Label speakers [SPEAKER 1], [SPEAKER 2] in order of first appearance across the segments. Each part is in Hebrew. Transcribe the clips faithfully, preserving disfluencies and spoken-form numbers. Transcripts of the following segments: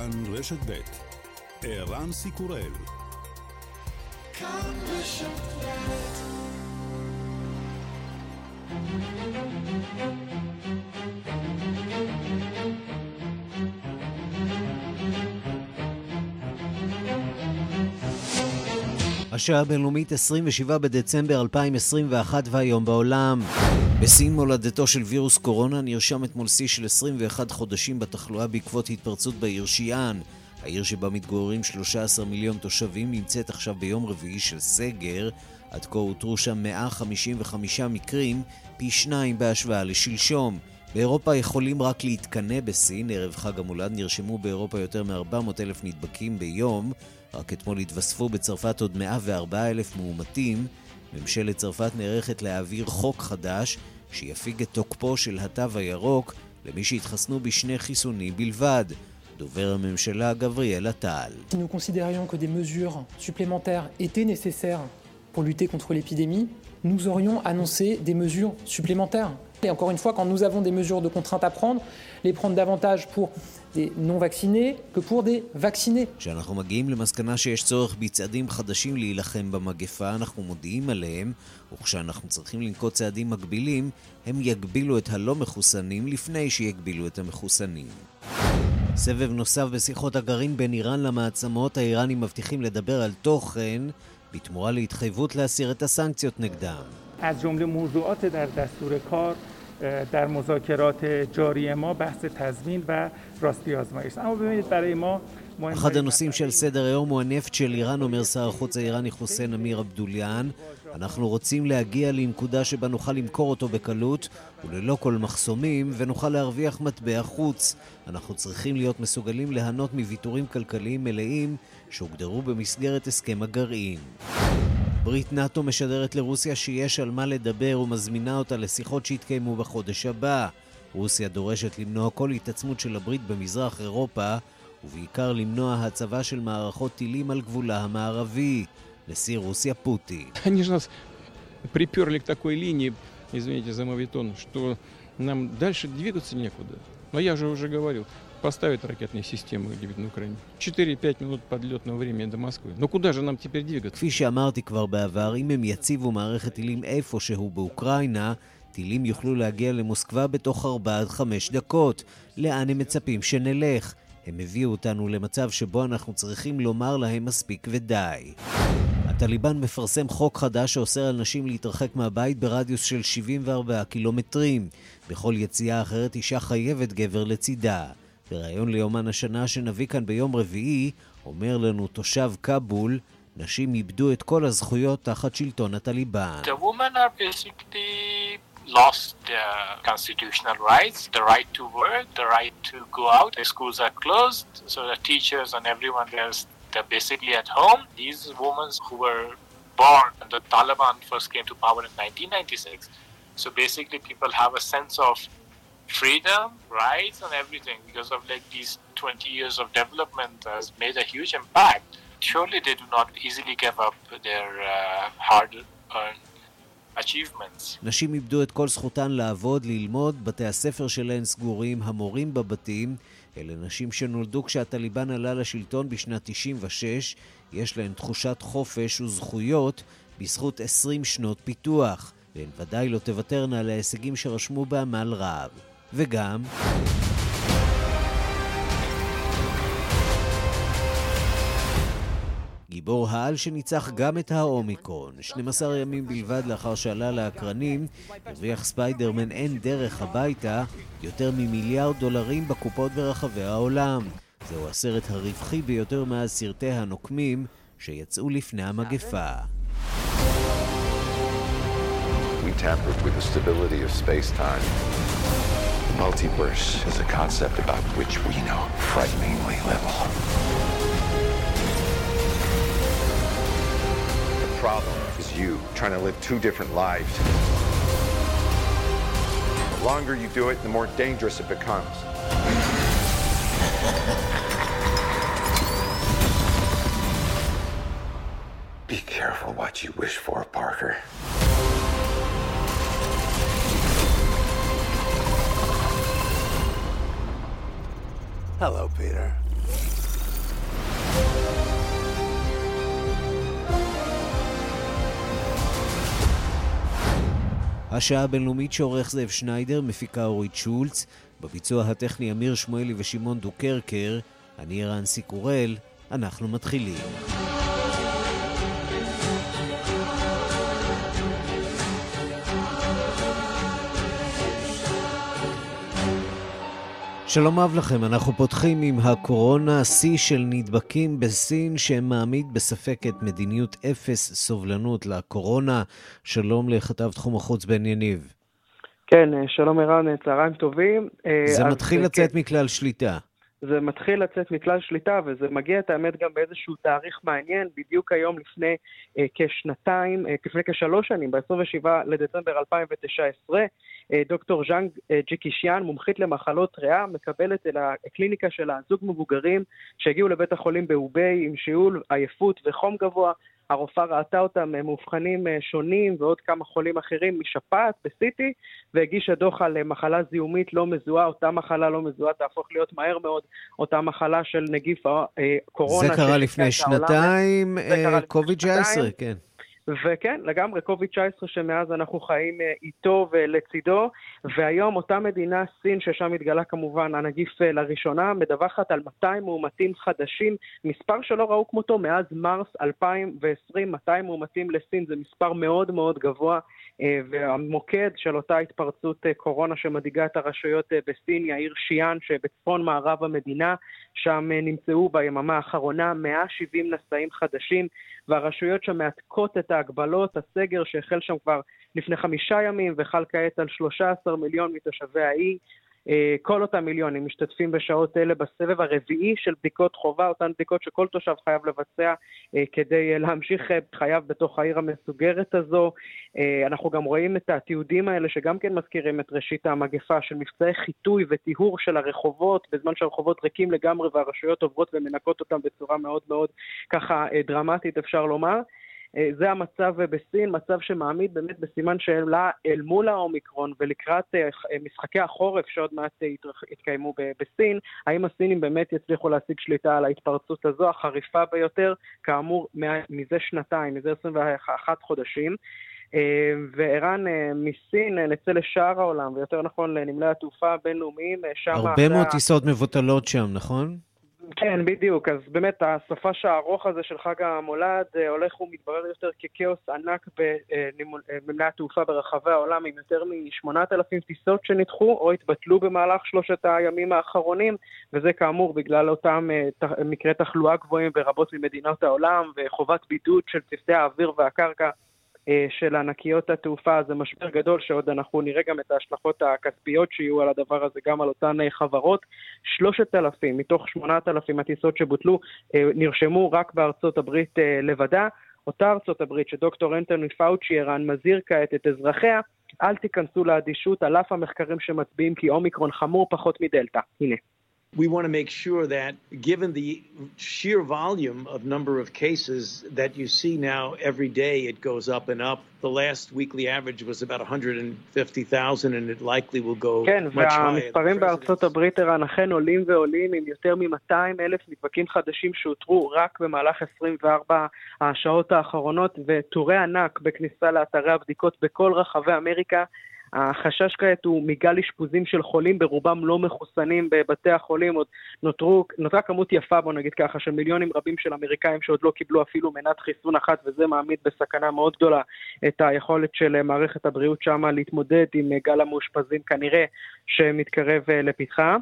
[SPEAKER 1] כאן רשת ב' ערן סיקורל. כאן רשת ב'. השעה הבינלאומית עשרים ושבעה בדצמבר אלפיים עשרים ואחת והיום בעולם. בסין מולדתו של וירוס קורונה נרשם אתמול שיא של עשרים ואחד חודשים בתחלואה בעקבות התפרצות בעיר שיאן. העיר שבה מתגוררים שלושה עשר מיליון תושבים נמצאת עכשיו ביום רביעי של סגר. עד כה הותרו שם מאה חמישים וחמישה מקרים, פי שניים בהשוואה לשלשום. באירופה יכולים רק להתקנא בסין. ערב חג המולד נרשמו באירופה יותר מ-ארבע מאות אלף נדבקים ביום. רק אתמול התווספו בצרפת עוד מאה וארבעה אלף מאומתים. ממשלת צרפת נערכת להעביר חוק חדש שיפיג את תוקפו של התו הירוק למי שהתחסנו בשני חיסונים בלבד. דובר הממשלה גבריאל עטל.
[SPEAKER 2] Nous considérions que des mesures supplémentaires étaient nécessaires pour lutter contre l'épidémie, nous aurions annoncé des mesures supplémentaires. Et encore une fois, quand nous avons des mesures de contrainte à prendre, les prendre davantage pour des non-vaccinés que pour des vaccinés.
[SPEAKER 1] כשאנחנו מגיעים למסקנה שיש צורך בצעדים חדשים להילחם במגפה, אנחנו מודיעים עליהם, וכשאנחנו צריכים לנקוט צעדים מגבילים, הם יגבילו את הלא מחוסנים לפני שיגבילו את המחוסנים. סבב נוסף בשיחות הגרעין בין איראן למעצמות. האיראנים מבטיחים לדבר על תוכן בתמורה להתחייבות להסיר את הסנקציות נגדם.
[SPEAKER 3] از جمله موضوعات در دستور کار در مذاکرات جاری ما بحث تضمین و راستی آزمایش. اما ببینید برای ما
[SPEAKER 1] אחד הנושאים של סדר היום הוא הנפט של איראן, אומר שר החוץ האיראני חוסיין אמיר עבדוליאן. אנחנו רוצים להגיע לנקודה שבה נוכל למכור אותו בקלות וללא כל מחסומים ונוכל להרוויח מטבע חוץ. אנחנו צריכים להיות מסוגלים ליהנות מוויתורים כלכליים מלאים שהוגדרו במסגרת הסכם הגרעין. ברית נאטו משדרת לרוסיה שיש על מה לדבר ומזמינה אותה לשיחות שהתקיימו בחודש הבא. רוסיה דורשת למנוע כל התעצמות של הברית במזרח אירופה, ובעיקר למנוע הצבה של מערכות טילים על גבולה המערבי. נשיא רוסיה פוטין.
[SPEAKER 4] Они же нас приперли к такой линии, извините за мавитон, что нам дальше двигаться некуда. Но я же уже говорил, поставить ракетные системы на Украине. четыре-пять минут подлетного времени до Москвы. Но куда же нам теперь двигаться?
[SPEAKER 1] כפי שאמרתי כבר בעבר, אם הם יציבו מערכת טילים איפה שהוא באוקראינה, טילים יוכלו להגיע למוסקבה בתוך ארבע עד חמש דקות. לאן הם מצפים שנלך? הם הביאו אותנו למצב שבו אנחנו צריכים לומר להם מספיק ודי. הטליבן מפרסם חוק חדש שאוסר על נשים להתרחק מהבית ברדיוס של שבעים וארבעה קילומטרים. בכל יציאה אחרת אישה חייבת גבר לצידה. בראיון ליומן השנה שנביא כאן ביום רביעי, אומר לנו תושב קאבול, נשים איבדו את כל הזכויות תחת שלטון הטליבן.
[SPEAKER 5] The women are basically lost their constitutional rights, the right to work, the right to go out. The schools are closed, so the teachers and everyone else, they're basically at home. These women who were born when the Taliban first came to power in nineteen ninety-six. So basically people have a sense of freedom, rights and everything because of like these twenty years of development has made a huge impact. Surely they do not easily give up their uh, hard-earned achievements.
[SPEAKER 1] נשים איבדו את כל זכותן לעבוד, ללמוד, בתי הספר שלהן סגורים, המורים בבתים. אלה נשים שנולדו כשהטליבן עלה לשלטון בשנת תשעים ושש, יש להן תחושת חופש וזכויות בזכות עשרים שנות פיתוח. והן ודאי לא תוותרנה על ההישגים שרשמו בעמל רב. וגם גיבור העל שניצח גם את האומיקרון. שנים עשר ימים בלבד לאחר שעלה לאקרנים, הרוויח ספיידרמן אין דרך הביתה יותר ממיליארד דולרים בקופות ברחבי העולם. זהו הסרט הרווחי ביותר מאז סרטי הנוקמים שיצאו לפני המגפה.
[SPEAKER 6] We tampered with the stability of space-time. The multiverse is a concept about which we know frighteningly little. The problem is you trying to live two different lives. The longer you do it, the more dangerous it becomes. Be careful what you wish for, Parker.
[SPEAKER 7] Hello, Peter.
[SPEAKER 1] השעה הבינלאומית שעורך זאב שניידר, מפיקה אורית שולץ, בביצוע הטכני אמיר שמואלי ושמעון דוקרקר, אני ערן סיקורל, אנחנו מתחילים. שלום אהב לכם, אנחנו פותחים עם הקורונה, שיא של נדבקים בסין שמעמיד בספק את מדיניות אפס סובלנות לקורונה. שלום לכתב תחום החוץ בן יניב.
[SPEAKER 7] כן, שלום ערן, צהריים טובים.
[SPEAKER 1] זה מתחיל לצאת כן. מכלל שליטה.
[SPEAKER 7] זה מתחיל לצאת מכלל שליטה, וזה מגיע את האמת גם באיזשהו תאריך מעניין, בדיוק היום לפני אה, כשנתיים, אה, לפני כשלוש שנים, ב-עשרים ושבעה לדצמבר אלפיים תשע עשרה, אה, דוקטור ז'אנג אה, ג'יקישיאן, מומחית למחלות ריאה, מקבלת אל הקליניקה של הזוג מבוגרים שהגיעו לבית החולים בהובי עם שיעול, עייפות וחום גבוה. הרופאה ראתה אותם מאובחנים שונים ועוד כמה חולים אחרים משפעת בסיטי, והגישה דוח על מחלה זיהומית לא מזוהה. אותה מחלה לא מזוהה תהפוך להיות מהר מאוד אותה מחלה של נגיף הקורונה.
[SPEAKER 1] זה קרה לפני שנתיים, קוביד תשע עשרה, כן.
[SPEAKER 7] וכן, לגמרי, קוביד תשע עשרה שמאז אנחנו חיים איתו ולצידו, והיום אותה מדינה, סין, ששם התגלה כמובן הנגיף לראשונה, מדווחת על מאתיים מאומתים חדשים, מספר שלא ראו כמותו מאז מרס אלפיים ועשרים, מאתיים מאומתים לסין, זה מספר מאוד מאוד גבוה, והמוקד של אותה התפרצות קורונה שמדאיגה את הרשויות בסין, היא העיר שיאן שבצפון מערב המדינה, שם נמצאו ביממה האחרונה מאה שבעים נשאים חדשים, והרשויות שמעתקות את ההגבלות, הסגר שהחל שם כבר לפני חמישה ימים וחל כעת על שלושה עשר מיליון מתושבי האי. כל אותם מיליונים משתתפים בשעות אלה בסבב הרביעי של בדיקות חובה, אותן בדיקות שכל תושב חייב לבצע כדי להמשיך חייו בתוך העיר המסוגרת הזו. אנחנו גם רואים את התיעודים האלה שגם כן מזכירים את ראשית המגפה של מבצעי חיטוי וטיהור של הרחובות, בזמן שהרחובות ריקים לגמרי והרשויות עוברות ומנקות אותם בצורה מאוד מאוד ככה דרמטית אפשר לומר. זה המצב בסין, מצב שמעמיד באמת בסימן שאלה אל מול האומיקרון ולקראת משחקי החורף שעוד מעט יתקיימו בסין, האם הסינים באמת יצליחו להשיג שליטה על ההתפרצות הזו החריפה ביותר, כאמור מזה שנתיים, מזה עשרים ואחד חודשים. ואיראן מסין נצא לשאר העולם, ויותר נכון לנמלי התעופה הבינלאומיים.
[SPEAKER 1] הרבה מאוד טיסות מבוטלות שם, נכון?
[SPEAKER 7] כן, בדיוק. אז באמת הסופש הארוך הזה של חג המולד הולך ומתברר יותר ככאוס ענק בממלי התעופה ברחבי העולם, עם יותר מ-שמונת אלפים טיסות שנדחו או התבטלו במהלך שלושת הימים האחרונים, וזה כאמור בגלל אותם מקרי תחלואה גבוהים ברבות ממדינות העולם, וחובת בידוד של צוותי האוויר והקרקע של ענקיות התעופה. זה משבר גדול שעוד אנחנו נראה גם את ההשלכות הכספיות שיהיו על הדבר הזה גם על אותן חברות. שלושת אלפים מתוך שמונת אלפים הטיסות שבוטלו נרשמו רק בארצות הברית לבדה. אותה ארצות הברית שדוקטור אנתוני פאוצ'י ערן מזהיר כעת את אזרחיה, אל תיכנסו לאדישות על אף המחקרים שמצביעים כי אומיקרון חמור פחות מדלטה. הנה.
[SPEAKER 8] We want to make sure that, given the sheer volume of number of cases that you see now every day, it goes up and up. The last weekly average was about one hundred fifty thousand, and it likely will go
[SPEAKER 7] כן,
[SPEAKER 8] much higher.
[SPEAKER 7] והמספרים בארצות הברית הרי אכן עולים ועולים עם יותר מ-מאתיים אלף נדבקים חדשים שאותרו רק במהלך עשרים וארבע השעות האחרונות, וטורי ענק בכניסה לאתרי הבדיקות בכל רחבי אמריקה. החשש כעת הוא מגל אשפוזים של חולים, ברובם לא מחוסנים בבתי החולים, עוד נותרו, נותרה כמות יפה, בוא נגיד ככה, של מיליונים רבים של אמריקאים שעוד לא קיבלו אפילו מנת חיסון אחת, וזה מעמיד בסכנה מאוד גדולה את היכולת של מערכת הבריאות שמה להתמודד עם גל המאושפזים כנראה שמתקרב לפתחה.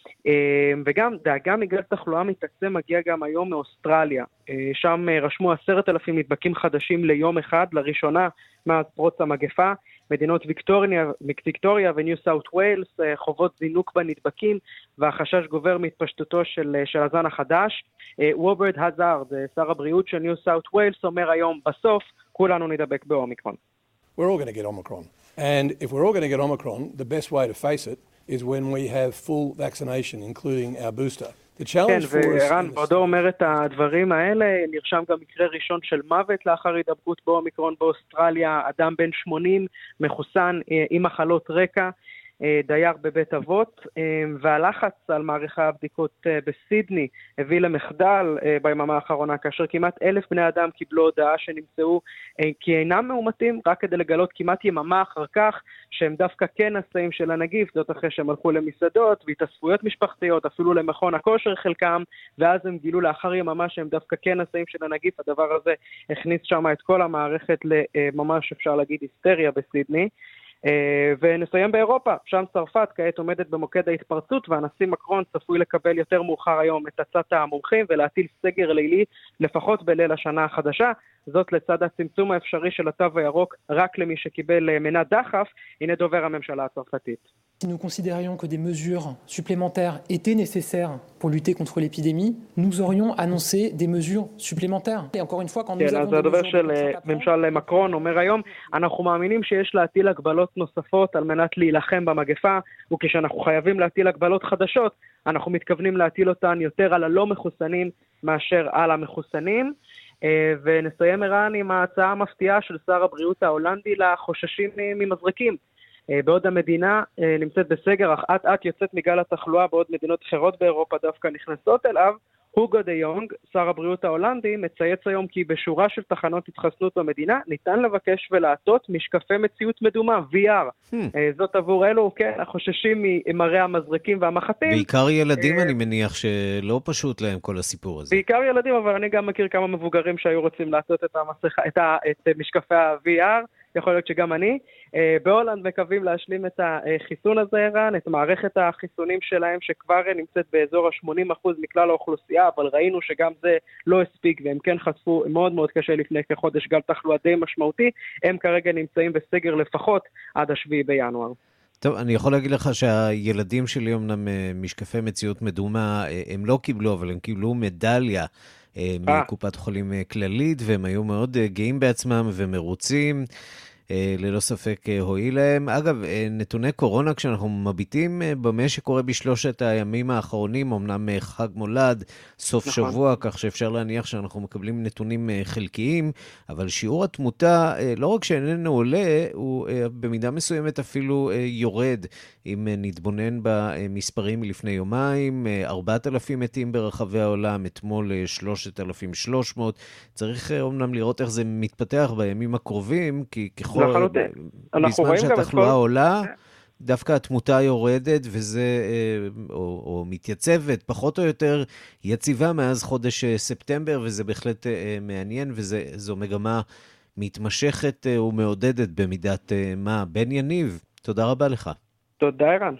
[SPEAKER 7] וגם דאגה מגל תחלואה מתעצם מגיע גם היום מאוסטרליה. שם רשמו עשרת אלפים נדבקים חדשים ליום אחד, לראשונה מאז פרוץ המגפה. מדינות ויקטוריה, ויקטוריה וניו סאות' ווילס חוות זינוק בנדבקים, והחשש גובר מהתפשטותו של, של הזן החדש. ווברט הזארד, שר הבריאות של ניו סאות' ווילס, אומר היום בסוף כולנו נדבק באומיקרון.
[SPEAKER 9] We're all going to get Omicron. And if we're all going to get Omicron, the best way to face it is when we have full vaccination, including our booster.
[SPEAKER 7] כן, וערן בעודו אומר את הדברים האלה, נרשם גם מקרה ראשון של מוות לאחר הידבקות באומיקרון באוסטרליה, אדם בן שמונים מחוסן עם מחלות רקע. דייר בבית אבות, והלחץ על מעריכי הבדיקות בסידני הביא למחדל ביממה האחרונה, כאשר כמעט אלף בני אדם קיבלו הודעה שנמצאו כי אינם מאומתים, רק כדי לגלות כמעט יממה אחר כך שהם דווקא כן נשאים של הנגיף, זאת אחרי שהם הלכו למסעדות והתאספויות משפחתיות, אפילו למכון הכושר חלקם, ואז הם גילו לאחר יממה שהם דווקא כן נשאים של הנגיף. הדבר הזה הכניס שם את כל המערכת לממש אפשר להגיד היסטריה בסידני. ונסיים באירופה, שם צרפת כעת עומדת במוקד ההתפרצות, והנשיא מקרון צפוי לקבל יותר מאוחר היום את הצעת המומחים ולהטיל סגר לילי לפחות בליל השנה החדשה, זאת לצד הצמצום האפשרי של התו הירוק רק למי שקיבל מנת דחף. הנה דובר הממשלה הצרפתית.
[SPEAKER 2] Si nous considérions que des mesures supplémentaires étaient nécessaires pour lutter contre l'épidémie, nous aurions annoncé des mesures supplémentaires. Et encore une fois, quand nous avons des mesures
[SPEAKER 7] של ממשל מקרון אומר היום, אנחנו מאמינים שיש להטיל הגבלות נוספות על מנת להילחם במגפה, וכשאנחנו חייבים להטיל הגבלות חדשות, אנחנו מתכוונים להטיל אותן יותר על הלא מחוסנים מאשר על המחוסנים. ונסיים ערן עם ההצעה המפתיעה של שר הבריאות ההולנדי לחוששים ממזרקים. בעוד המדינה נמצאת בסגר, אך עד עד יוצאת מגל התחלואה, בעוד מדינות אחרות באירופה דווקא נכנסות אליו, הוגו דה יונג, שר הבריאות ההולנדי, מצייץ היום כי בשורה של תחנות התחסנות במדינה ניתן לבקש ולעטות משקפי מציאות מדומה, וי אר. Hmm. זאת עבור אלו, כן, החוששים ממראה המזרקים והמחטים.
[SPEAKER 1] בעיקר ילדים אני מניח שלא פשוט להם כל הסיפור הזה.
[SPEAKER 7] בעיקר ילדים, אבל אני גם מכיר כמה מבוגרים שהיו רוצים לעטות את המסכה, את, ה, את משקפי ה-וי אר, יכול להיות שגם אני. בהולנד מקווים להשלים את החיסון הזה, ערן, את מערכת החיסונים שלהם שכבר נמצאת באזור ה-שמונים אחוז מכלל האוכלוסייה, אבל ראינו שגם זה לא הספיק, והם כן חשפו מאוד מאוד קשה לפני כחודש גל תחלואה די משמעותי. הם כרגע נמצאים בסגר לפחות עד השביעי בינואר.
[SPEAKER 1] טוב, אני יכול להגיד לך שהילדים שלי אומנם משקפי מציאות מדומה, הם לא קיבלו, אבל הם קיבלו מדליה מקופת חולים כללית, והם היו מאוד גאים בעצמם ומרוצים. ללא ספק הועיל להם. אגב, נתוני קורונה, כשאנחנו מביטים במה שקורה בשלושת הימים האחרונים, אמנם חג מולד, סוף נכון. שבוע, כך שאפשר להניח שאנחנו מקבלים נתונים חלקיים, אבל שיעור התמותה, לא רק שאיננו עולה, הוא במידה מסוימת אפילו יורד. אם נתבונן במספרים מלפני יומיים, ארבעת אלפים מתים ברחבי העולם, אתמול שלושת אלפים ושלוש מאות. צריך אומנם לראות איך זה מתפתח בימים הקרובים, כי ככל בזמן שהתחלואה עולה, דווקא התמותה יורדת, וזה, או, או מתייצבת, פחות או יותר יציבה מאז חודש ספטמבר, וזה בהחלט מעניין, וזו מגמה מתמשכת ומעודדת במידת מה. בן יניב, תודה רבה לך.
[SPEAKER 7] תודה ערן.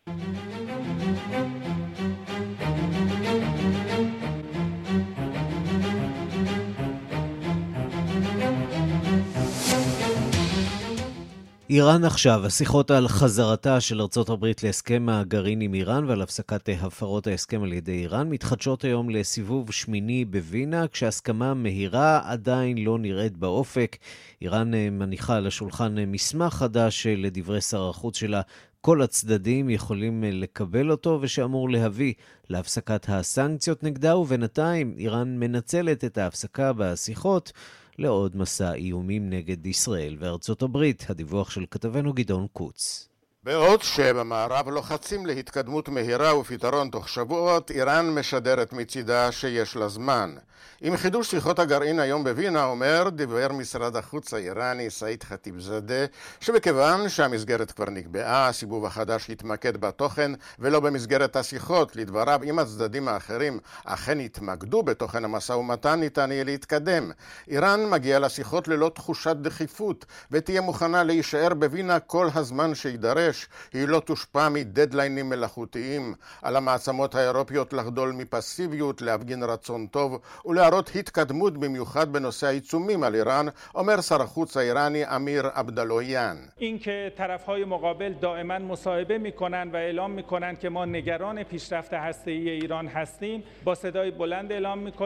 [SPEAKER 1] איראן עכשיו, השיחות על חזרתה של ארצות הברית להסכם הגרעין עם איראן ועל הפסקת הפרות ההסכם על ידי איראן מתחדשות היום לסיבוב שמיני בווינה, כשהסכמה מהירה עדיין לא נראית באופק. איראן מניחה על השולחן מסמך חדש לדברי שר החוץ שלה, כל הצדדים יכולים לקבל אותו ושאמור להביא להפסקת הסנקציות נגדה, ובינתיים איראן מנצלת את ההפסקה בשיחות לעוד מסע איומים נגד ישראל וארצות הברית. הדיווח של כתבנו גדעון קוץ.
[SPEAKER 10] בעוד שבמערב לוחצים להתקדמות מהירה ופתרון תוך שבועות, איראן משדרת מצידה שיש לה זמן. עם חידוש שיחות הגרעין היום בווינה, אומר דובר משרד החוץ האיראני סעיד חטיבזאדה, שבכיוון שהמסגרת כבר נקבעה, הסיבוב החדש יתמקד בתוכן ולא במסגרת השיחות. לדבריו, אם הצדדים האחרים אכן יתמקדו בתוכן המשא ומתן, ניתן יהיה להתקדם. איראן מגיעה לשיחות ללא תחושת דחיפות ותהיה מוכנה להישאר בווינה כל הזמן שידרש. היא לא תושפע מדדליינים מלאכותיים. על המעצמות האירופיות לחדול מפסיביות, להפגין רצון טוב ולהראות התקדמות במיוחד בנושא העיצומים על איראן, אומר שר החוץ האיראני אמיר עبداللهیان.
[SPEAKER 3] این که طرف‌های مقابل دائما مصاحبه می‌کنند و اعلام می‌کنند که ما نگران پیشرفت هسته‌ای ایران هستیم، با صدای بلند اعلام می‌کنیم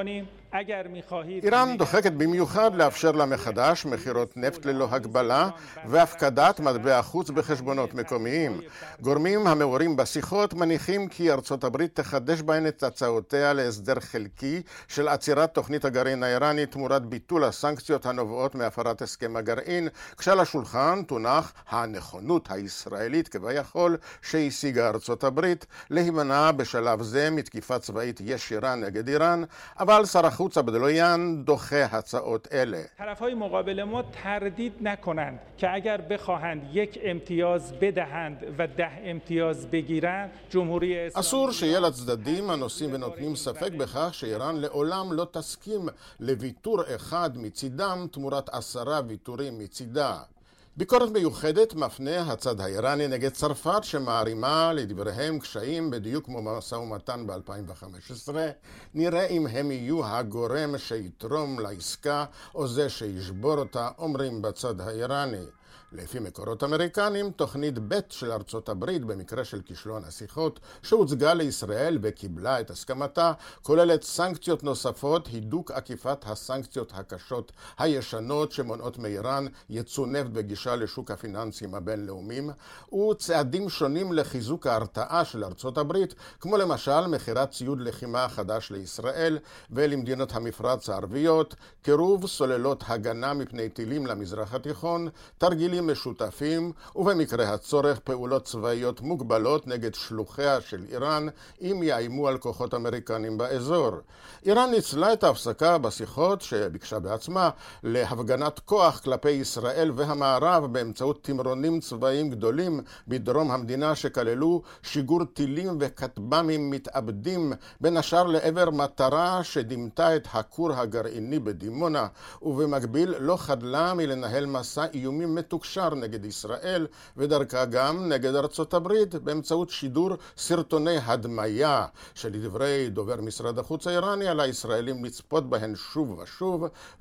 [SPEAKER 10] איראן דוחקת במיוחד לאפשר לה מחדש מחירות נפט ללא הגבלה והפקדת מטבע חוץ בחשבונות מקומיים. גורמים המעורים בשיחות מניחים כי ארצות הברית תחדש בהן את הצעותיה להסדר חלקי של עצירת תוכנית הגרעין האיראנית תמורת ביטול הסנקציות הנובעות מהפרת הסכם הגרעין, כשעל השולחן תונח הנכונות הישראלית כביכול שהשיגה ארצות הברית להימנע בשלב זה מתקיפה צבאית ישירה נגד איראן, אבל שר החוץ עבדולויאן דוחה הצעות אלה.
[SPEAKER 3] طرف‌های مقابل ما تردید نکنند که اگر بخواهند یک امتیاز بدهند و ده امتیاز بگیرند جمهوری اسلامی
[SPEAKER 10] אסור שיהיה לצדדים הנושאים ונותנים ספק בכך שאיראן לעולם לא תסכים לוויתור אחד מצידם תמורת עשרה ויתורים מצידה. ביקורת מיוחדת מפנה הצד האיראני נגד צרפת שמערימה לדבריהם קשיים בדיוק כמו משא ומתן ב-אלפיים וחמש עשרה. נראה אם הם יהיו הגורם שיתרום לעסקה או זה שישבור אותה, אומרים בצד האיראני. לפי מקורות אמריקנים, תוכנית ב' של ארצות הברית במקרה של כישלון השיחות שהוצגה לישראל וקיבלה את הסכמתה, כוללת סנקציות נוספות, הידוק עקיפת הסנקציות הקשות הישנות שמונעות מאיראן ייצוא נפט וגישה לשוק הפיננסים הבינלאומיים, וצעדים שונים לחיזוק ההרתעה של ארצות הברית, כמו למשל מכירת ציוד לחימה חדש לישראל ולמדינות המפרץ הערביות, קירוב סוללות הגנה מפני טילים למזרח התיכון, תרגילים משותפים, ובמקרה הצורך פעולות צבאיות מוגבלות נגד שלוחיה של איראן אם יאיימו על כוחות אמריקנים באזור. איראן ניצלה את ההפסקה בשיחות שביקשה בעצמה להפגנת כוח כלפי ישראל והמערב באמצעות תמרונים צבאיים גדולים בדרום המדינה שכללו שיגור טילים וכטב"מים מתאבדים בין השאר לעבר מטרה שדימתה את הכור הגרעיני בדימונה, ובמקביל לא חדלה מלנהל מסע איומים מתוקשר נגד ישראל ודרכה גם נגד ארצות הברית באמצעות שידור סרטוני הדמיה שלדברי דובר משרד החוץ האיראני על הישראלים לצפות בהן שוב ושוב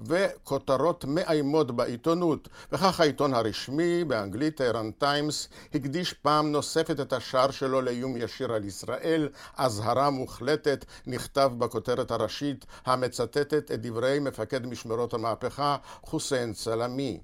[SPEAKER 10] וכותרות מאיימות בעיתונות. וכך העיתון הרשמי באנגלית טהרן טיימס הקדיש פעם נוספת את השער שלו לאיום ישיר על ישראל. אזהרה מוחלטת נכתב בכותרת הראשית המצטטת את דברי מפקד משמרות המהפכה חוסיין סלאמי.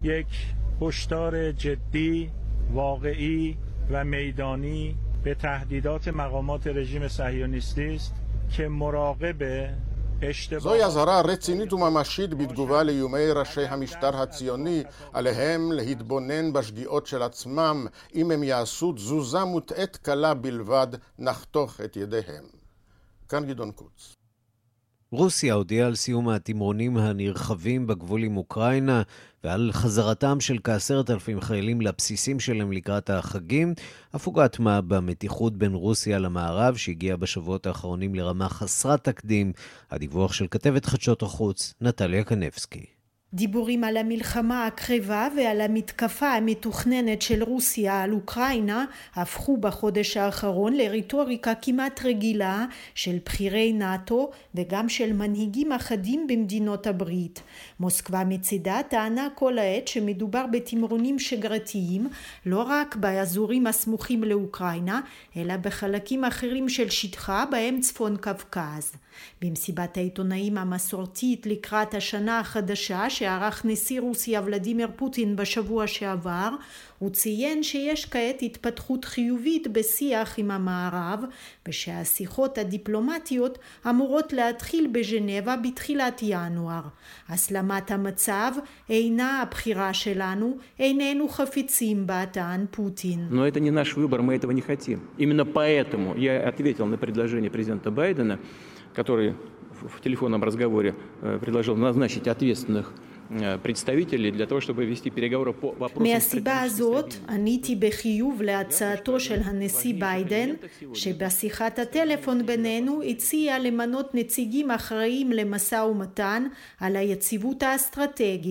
[SPEAKER 11] هشدار جدی، واقعی و میدانی به تهدیدات مقامات رژیم صهیونیستی است که مراقب
[SPEAKER 10] זוהי אזהרה רצינית וממשית בתגובה לאיומי ראשי המשטר הציוני עליהם להתבונן בשגיאות של עצמם. אם הם יעשו תזוזה מוטעית קלה בלבד נחתוך את ידיהם. כאן גדעון קוץ.
[SPEAKER 1] רוסיה הודיעה על סיום התמרונים הנרחבים בגבול עם אוקראינה ועל חזרתם של כעשרת אלפים חיילים לבסיסים שלהם לקראת החגים. הפוגעת מה במתיחות בין רוסיה למערב שהגיעה בשבועות האחרונים לרמה חסרת תקדים. הדיווח של כתבת חדשות החוץ נטליה קנבסקי.
[SPEAKER 12] דיבורים על המלחמה הקרבה ועל המתקפה המתוכננת של רוסיה על אוקראינה הפכו בחודש האחרון לריטוריקה כמעט רגילה של בכירי נאטו וגם של מנהיגים אחדים במדינות הברית. מוסקבה מצידה טענה כל העת שמדובר בתמרונים שגרתיים לא רק באזורים הסמוכים לאוקראינה אלא בחלקים אחרים של שטחה בהם צפון קווקז. במסיבת העיתונאים המסורתית לקראת השנה החדשה שערך נשיא רוסיה ולדימיר פוטין בשבוע שעבר, הוא ציין שיש כעת התפתחות חיובית בשיח עם המערב ושהשיחות הדיפלומטיות אמורות להתחיל בז'נבה בתחילת ינואר. הסלמת המצב אינה הבחירה שלנו, איננו חפצים בה, טען פוטין.
[SPEAKER 13] Но это не наш выбор, мы этого не хотим. Именно поэтому я ответил на предложение президента Байдена, который в телефонном разговоре предложил назначить ответственных представителей для того, чтобы вести переговоры по вопросам.
[SPEAKER 12] מהסיבה הזאת עניתי בחיוב להצעתו של הנשיא ביידן, שבשיחת הטלפון בינינו הציע למנות נציגים אחראים למשא ומתן על היציבות האסטרטגית.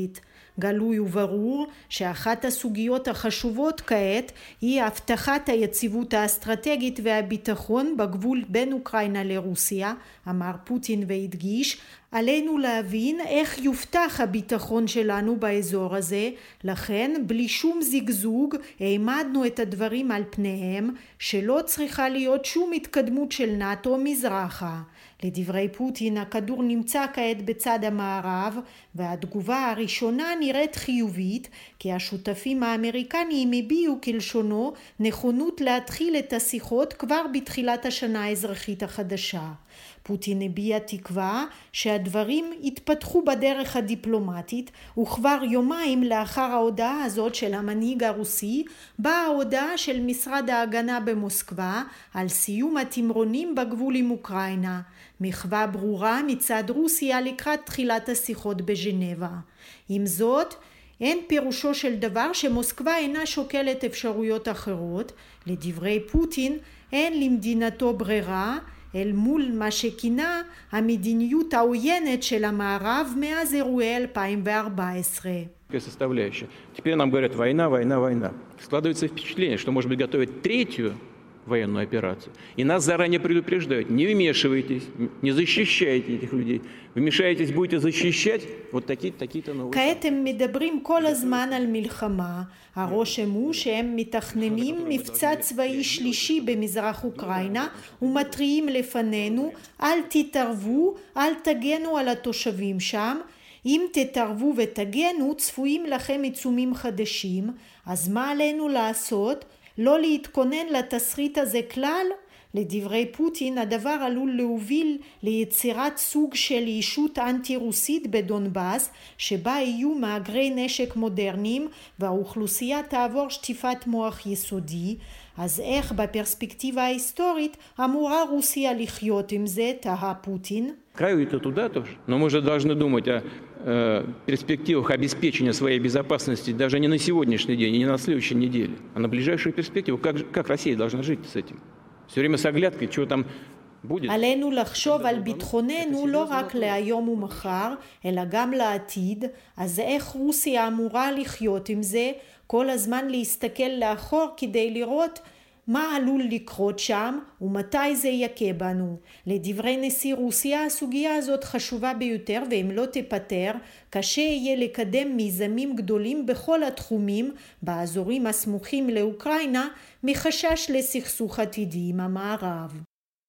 [SPEAKER 12] גלוי וברור שאחת הסוגיות החשובות כעת היא הבטחת היציבות האסטרטגית והביטחון בגבול בין אוקראינה לרוסיה, אמר פוטין והדגיש, עלינו להבין איך יובטח הביטחון שלנו באזור הזה, לכן בלי שום זגזוג העמדנו את הדברים על פניהם, שלא צריכה להיות שום התקדמות של נאט"ו מזרחה. לדברי פוטין, הכדור נמצא כעת בצד המערב, והתגובה הראשונה נראית חיובית, כי השותפים האמריקניים הביעו כלשונו נכונות להתחיל את השיחות כבר בתחילת השנה האזרחית החדשה. פוטין הביע תקווה שהדברים יתפתחו בדרך הדיפלומטית, וכבר יומיים לאחר ההודעה הזאת של המנהיג הרוסי, באה ההודעה של משרד ההגנה במוסקבה על סיום התמרונים בגבול עם אוקראינה, מחווה ברורה מצד רוסיה לקראת תחילת השיחות בז'נבה. עם זאת, אין פירושו של דבר שמוסקבה אינה שוקלת אפשרויות אחרות. לדברי פוטין, אין למדינתו ברירה, אל מול מה שכינה המדיניות העוינת של המערב מאז אירועי אלפיים וארבע עשרה.
[SPEAKER 13] Составляющая. Теперь нам говорят война, война, война. Складывается впечатление, что, может быть, готовят третью военную операцию. И нас заранее предупреждают: не вмешивайтесь, не защищайте этих людей. Вмешаетесь, будете защищать вот такие, такие-то новые.
[SPEAKER 12] כעת הם מדברים כל הזמן על מלחמה. הרושם הוא שהם מתכננים מבצע צבאי שלישי במזרח אוקראינה ומתריעים לפנינו: אל תתערבו, אל תגנו על התושבים שם. אם תתערבו ותגנו, צפויים לכם עיצומים חדשים. אז מה עלינו לעשות? לא להתכונן לתסריט הזה כלל? לדברי פוטין, הדבר עלול להוביל ליצירת סוג של ישות אנטי-רוסית בדונבאס, שבה יהיו מאגרי נשק מודרניים והאוכלוסייה תעבור שטיפת מוח יסודי. אז איך בפרספקטיבה ההיסטורית אמורה רוסיה לחיות עם זה, תהה פוטין?
[SPEAKER 13] Краю это туда тоже, но мы же должны думать о э, перспективах обеспечения своей безопасности даже не на сегодняшний день и не на следующей неделе, а на ближайшую перспективу. Как, как Россия должна жить с этим? Все время с оглядкой, чего там будет.
[SPEAKER 12] עלינו לחשוב על ביטחוננו לא רק להיום ומחר, אלא גם לעתיד. אז איך רוסיה אמורה לחיות עם זה? כל הזמן להסתכל לאחור כדי לראות מה עלול לקרות שם ומתי זה יקה בנו. לדברי נשיא רוסיה, הסוגיה הזאת חשובה ביותר, ואם לא תפטר, קשה יהיה לקדם מיזמים גדולים בכל התחומים באזורים הסמוכים לאוקראינה, מחשש לסכסוך עתידי עם המערב.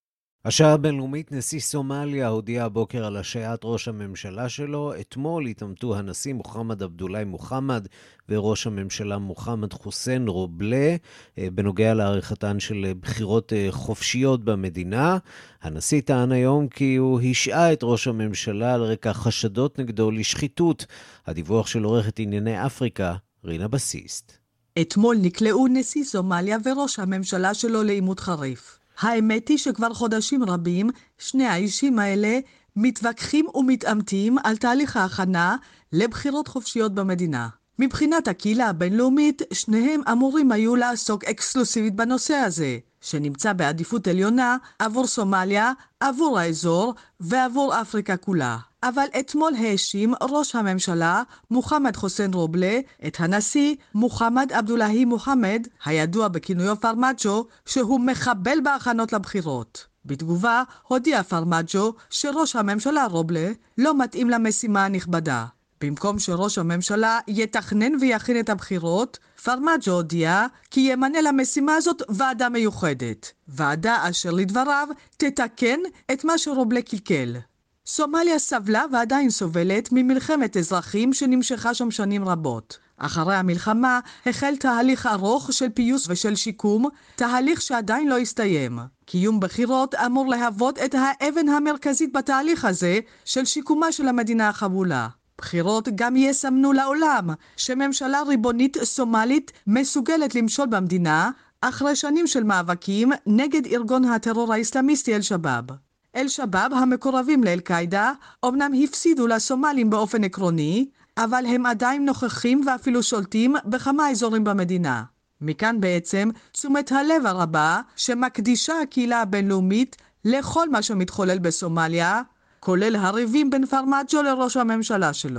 [SPEAKER 1] השעה הבינלאומית, נשיא סומליה הודיע הבוקר על השעיית ראש הממשלה שלו. אתמול התעמתו הנשיא מוחמד עבדולאי מוחמד וראש הממשלה מוחמד חוסיין רובלה בנוגע לעריכתן של בחירות חופשיות במדינה. הנשיא טען היום כי הוא השעה את ראש הממשלה על רקע חשדות נגדו לשחיתות. הדיווח של עורכת ענייני אפריקה, רינה בסיסט.
[SPEAKER 14] אתמול נקלעו נשיא סומליה וראש הממשלה שלו לעימות חריף. האמת היא שכבר חודשים רבים שני האישים האלה מתווכחים ומתעמתים על תהליך ההכנה לבחירות חופשיות במדינה. מבחינת הקהילה הבינלאומית, שניהם אמורים היו לעסוק אקסקלוסיבית בנושא הזה, שנמצא בעדיפות עליונה עבור סומליה, עבור האזור ועבור אפריקה כולה. אבל אתמול האשים ראש הממשלה מוחמד חוסיין רובלה את הנשיא מוחמד עבדולאי מוחמד, הידוע בכינויו פרמג'ו, שהוא מחבל בהכנות לבחירות. בתגובה הודיע פרמג'ו שראש הממשלה רובלה לא מתאים למשימה הנכבדה. במקום שראש הממשלה יתכנן ויכין את הבחירות, פרמג'ו הודיע כי ימנה למשימה הזאת ועדה מיוחדת. ועדה אשר לדבריו תתקן את מה שרובלה קלקל. סומליה סבלה ועדיין סובלת ממלחמת אזרחים שנמשכה שם שנים רבות. אחרי המלחמה החל תהליך ארוך של פיוס ושל שיקום, תהליך שעדיין לא הסתיים. קיום בחירות אמור להוות את האבן המרכזית בתהליך הזה של שיקומה של המדינה החבולה. בחירות גם יסמנו לעולם שממשלה ריבונית סומלית מסוגלת למשול במדינה אחרי שנים של מאבקים נגד ארגון הטרור האסלאמיסטי אל-שבאב. אל-שבאב המקורבים לאל-קאידה אומנם הפסידו לסומלים באופן עקרוני, אבל הם עדיין נוכחים ואפילו שולטים בכמה אזורים במדינה. מכאן בעצם תשומת הלב הרבה שמקדישה הקהילה הבינלאומית לכל מה שמתחולל בסומליה, כולל הריבים בין פרמג'ו לראש הממשלה שלו.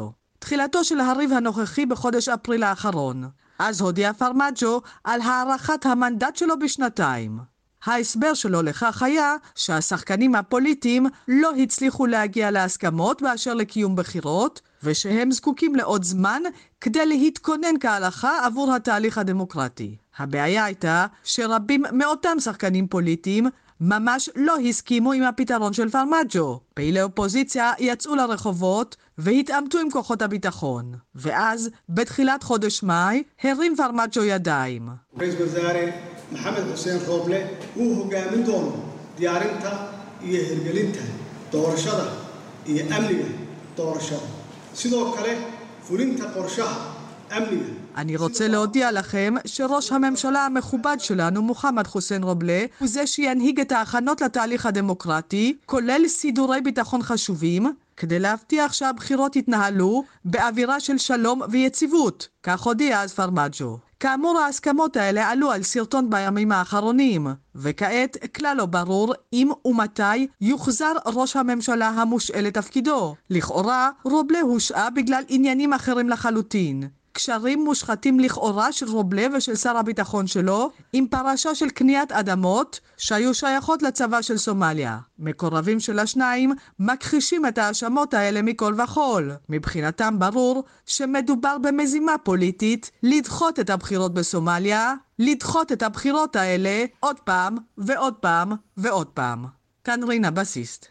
[SPEAKER 14] תחילתו של הריב הנוכחי בחודש אפריל האחרון. אז הודיע פרמג'ו על הארכת המנדט שלו בשנתיים. ההסבר שלו לכך היה שהשחקנים הפוליטיים לא הצליחו להגיע להסכמות באשר לקיום בחירות, ושהם זקוקים לעוד זמן כדי להתכונן כהלכה עבור התהליך הדמוקרטי. הבעיה הייתה שרבים מאותם שחקנים פוליטיים ממש לא הסכימו עם הפתרון של פרמג'ו. פעילי אופוזיציה יצאו לרחובות והתעמתו עם כוחות הביטחון. ואז, בתחילת חודש מאי, הרים פרמג'ו ידיים.
[SPEAKER 15] رئيس وزراء محمد حسين روبله uu hogaamin doono diyaarinta iyo hirgelinta doorashada iyo amniga doorashada. sidoo kale fulinta qorshaha amniga.
[SPEAKER 14] אני רוצה להודיע לכם שראש הממשלה המכובד שלנו, מוחמד חוסיין רובלה, הוא זה שינהיג את ההכנות לתהליך הדמוקרטי, כולל סידורי ביטחון חשובים, כדי להבטיח שהבחירות יתנהלו באווירה של שלום ויציבות. כך הודיע אז פרמג'ו. כאמור, ההסכמות האלה עלו על סרטון בימים האחרונים, וכעת כלל לא ברור אם ומתי יוחזר ראש הממשלה המושאל לתפקידו. לכאורה, רובלה הושעה בגלל עניינים אחרים לחלוטין. קשרים מושחתים לכאורה של רובלה ושל שר הביטחון שלו עם פרשה של קניית אדמות שהיו שייכות לצבא של סומליה. מקורבים של השניים מכחישים את האשמות האלה מכל וכל. מבחינתם ברור שמדובר במזימה פוליטית לדחות את הבחירות בסומליה, לדחות את הבחירות האלה עוד פעם ועוד פעם ועוד פעם. כאן רינה בסיסט.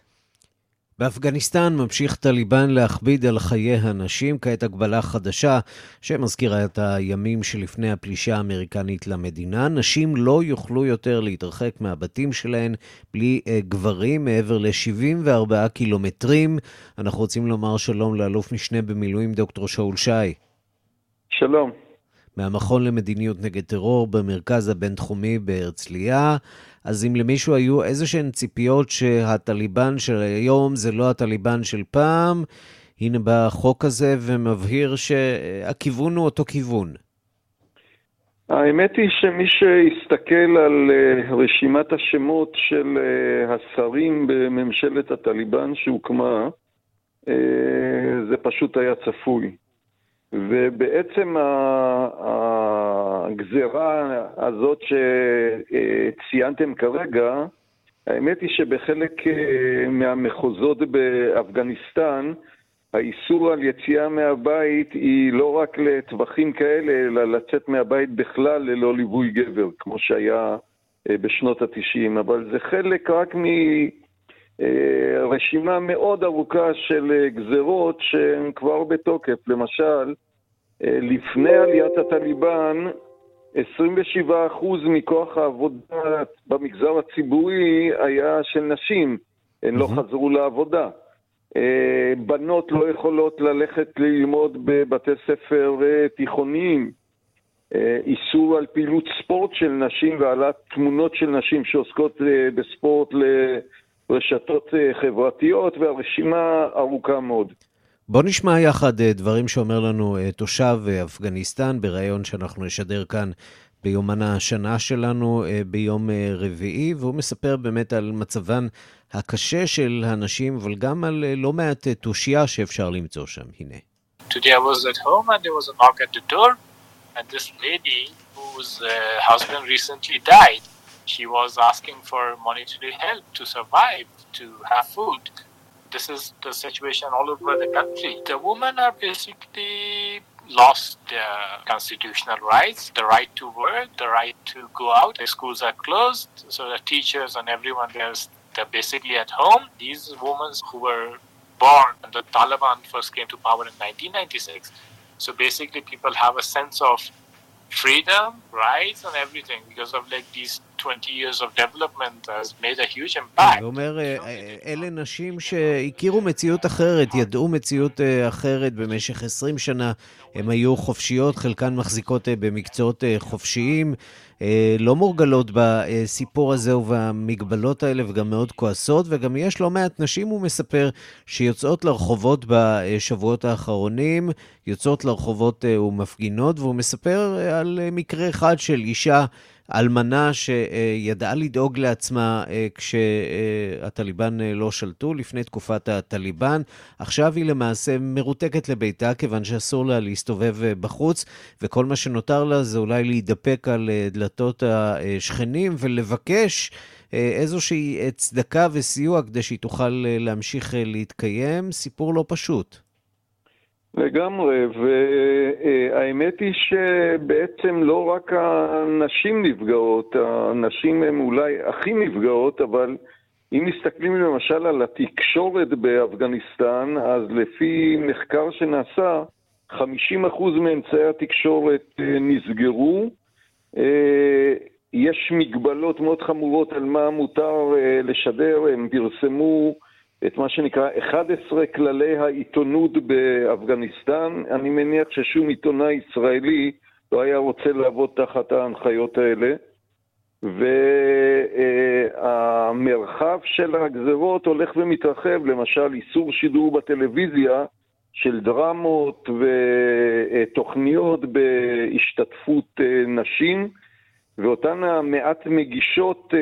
[SPEAKER 1] באפגניסטן ממשיך טליבן להכביד על חיי הנשים, כעת הגבלה חדשה שמזכירה את הימים שלפני הפלישה האמריקנית למדינה. נשים לא יוכלו יותר להתרחק מהבתים שלהן בלי גברים מעבר ל-שבעים וארבעה קילומטרים. אנחנו רוצים לומר שלום לאלוף משנה במילואים דוקטור שאול שי.
[SPEAKER 16] שלום.
[SPEAKER 1] מהמכון למדיניות נגד טרור במרכז הבינתחומי בהרצליה. אז אם למישהו היו איזה שהן ציפיות שהטליבן של היום זה לא הטליבן של פעם, הנה בחוק הזה ומבהיר שהכיוון הוא אותו כיוון.
[SPEAKER 16] האמת היא שמי שיסתכל על רשימת השמות של השרים בממשלת הטליבן שהוקמה, זה פשוט היה צפוי. ובעצם הגזרה הזאת שציינתם כרגע, האמת היא שבחלק מהמחוזות באפגניסטן, האיסור על יציאה מהבית היא לא רק לטווחים כאלה, אלא לצאת מהבית בכלל ללא ליווי גבר, כמו שהיה בשנות התשעים. אבל זה חלק רק מרשימה מאוד ארוכה של גזרות שהן כבר בתוקף. למשל, לפני עליית הטליבן, עשרים ושבעה אחוז מכוח העבודה במגזר הציבורי היה של נשים, הן לא חזרו לעבודה. בנות לא יכולות ללכת ללמוד בבתי ספר תיכוניים. איסור על פעילות ספורט של נשים ועלת תמונות של נשים שעוסקות בספורט לרשתות חברתיות, והרשימה ארוכה מאוד.
[SPEAKER 1] בוא נשמע יחד דברים שאומר לנו תושב אפגניסטן בראיון שאנחנו נשדר כאן ביומן השנה שלנו ביום רביעי, והוא מספר באמת על מצבן הקשה של הנשים, אבל גם על לא מעט תושייה שאפשר למצוא שם. הנה.
[SPEAKER 5] Today I was at home and there was a knock at the door, and this lady whose uh, husband recently died, she was asking for monetary help to survive, to have food. This is the situation all over the country. The women are basically lost their constitutional rights, the right to work, the right to go out. The schools are closed, so the teachers and everyone else, they're basically at home. These women who were born when the Taliban first came to power in nineteen ninety-six. So basically people have a sense of freedom, rights and everything because of like these twenty years of development has made a huge impact.
[SPEAKER 1] הוא אומר, אלה נשים שהכירו מציאות אחרת, ידעו מציאות אחרת במשך עשרים שנה, הם היו חופשיות, חלקן מחזיקות במקצועות חופשיים, לא מורגלות בסיפור הזה ובמגבלות האלה, וגם מאוד כועסות, וגם יש לא מעט נשים, הוא מספר, שיוצאות לרחובות בשבועות האחרונים, יוצאות לרחובות ומפגינות, והוא מספר על מקרה אחד של אישה אלמנה שידעה לדאוג לעצמה כשהטליבן לא שלטו לפני תקופת הטליבן. עכשיו היא למעשה מרותקת לביתה כיוון שאסור לה להסתובב בחוץ, וכל מה שנותר לה זה אולי להידפק על דלתות השכנים ולבקש איזושהי צדקה וסיוע כדי שהיא תוכל להמשיך להתקיים. סיפור לא פשוט.
[SPEAKER 16] לגמרי, והאמת היא שבעצם לא רק הנשים נפגעות, הנשים הן אולי הכי נפגעות, אבל אם מסתכלים למשל על התקשורת באפגניסטן, אז לפי מחקר שנעשה, חמישים אחוז מאמצעי התקשורת נסגרו, יש מגבלות מאוד חמורות על מה מותר לשדר, הם פרסמו את מה שנקרא אחד עשר כללי העיתונות באפגניסטן. אני מניח ששום עיתונאי ישראלי לא היה רוצה לעבוד תחת ההנחיות האלה. והמרחב של הגזרות הולך ומתרחב, למשל איסור שידור בטלוויזיה של דרמות ותוכניות בהשתתפות נשים, ואותן המעט מגישות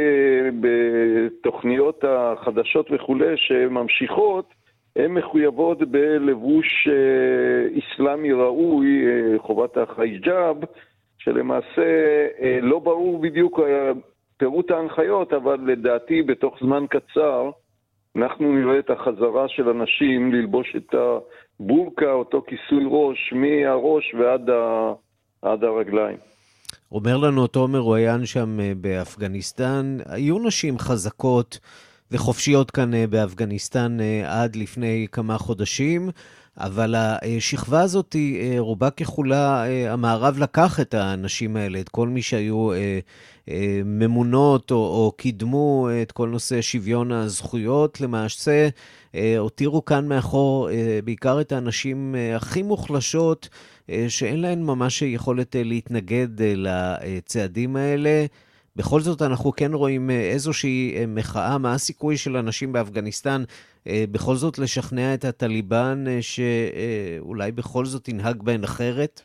[SPEAKER 16] בתוכניות החדשות וכולי שממשיכות, הן מחויבות בלבוש איסלאמי ראוי, חובת החייג'אב, שלמעשה לא ברור בדיוק פירוט ההנחיות, אבל לדעתי בתוך זמן קצר אנחנו נראה את החזרה של אנשים ללבוש את הבורקה, אותו כיסוי ראש, מהראש ועד ה... עד הרגליים.
[SPEAKER 1] אומר לנו אותו מרואיין שם באפגניסטן, היו נשים חזקות וחופשיות כאן באפגניסטן עד לפני כמה חודשים, אבל השכבה הזאת רובה ככולה, המערב לקח את האנשים האלה, את כל מי שהיו ממונות או, או קידמו את כל נושא שוויון הזכויות, למעשה הותירו כאן מאחור בעיקר את האנשים הכי מוחלשות, שאין להן ממש יכולת להתנגד לצעדים האלה. בכל זאת אנחנו כן רואים איזושהי מחאה. מה הסיכוי של אנשים באפגניסטן בכל זאת לשכנע את הטליבן שאולי בכל זאת ינהג בהן אחרת?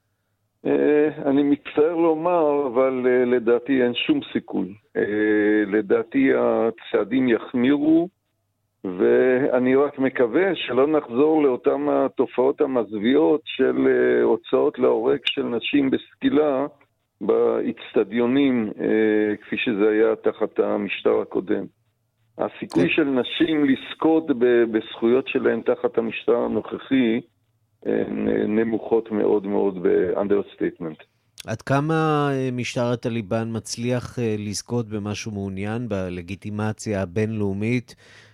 [SPEAKER 16] אני מצטער לומר, אבל לדעתי אין שום סיכוי. לדעתי הצעדים יחמירו, ואני רק מקווה שלא נחזור לאותן התופעות המזוויעות של הוצאות להורג של נשים בסקילה באצטדיונים, כפי שזה היה תחת המשטר הקודם. הסיכוי של נשים לזכות בזכויות שלהן תחת המשטר הנוכחי נמוכות מאוד מאוד ב-understatement.
[SPEAKER 1] עד כמה משטר הטליבן מצליח לזכות במה שהוא מעוניין, בלגיטימציה הבינלאומית,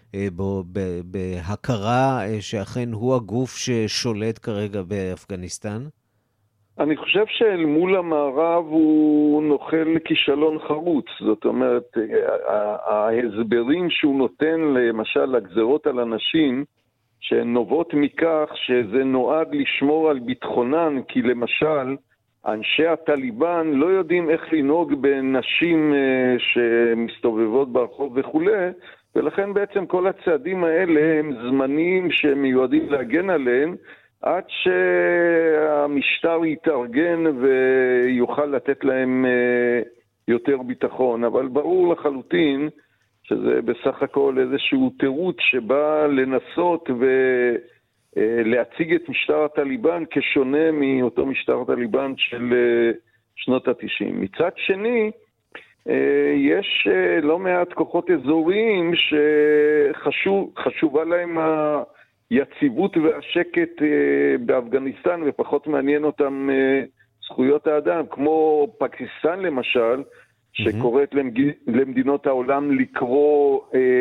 [SPEAKER 1] בהכרה שאכן הוא הגוף ששולט כרגע באפגניסטן?
[SPEAKER 16] אני חושב שאל מול המערב הוא נוחל כישלון חרוץ. זאת אומרת, ההסברים שהוא נותן למשל לגזרות על אנשים, שנובעות מכך שזה נועד לשמור על ביטחונן, כי למשל אנשי הטליבן לא יודעים איך לנהוג בנשים שמסתובבות ברחוב וכו', ולכן בעצם כל הצעדים האלה הם זמנים שמיועדים להגן עליהם, עד שהמשטר יתארגן ויוכל לתת להם יותר ביטחון. אבל ברור לחלוטין שזה בסך הכל איזשהו תירוץ שבא לנסות ולהציג את משטר הטליבן כשונה מאותו משטר הטליבן של שנות ה-תשעים. מצד שני, יש לא מעט כוחות אזוריים שחשובה להם היציבות והשקט באפגניסטן, ופחות מעניין אותם זכויות האדם, כמו פקיסטן למשל, שקוראת למדינות העולם לקרוא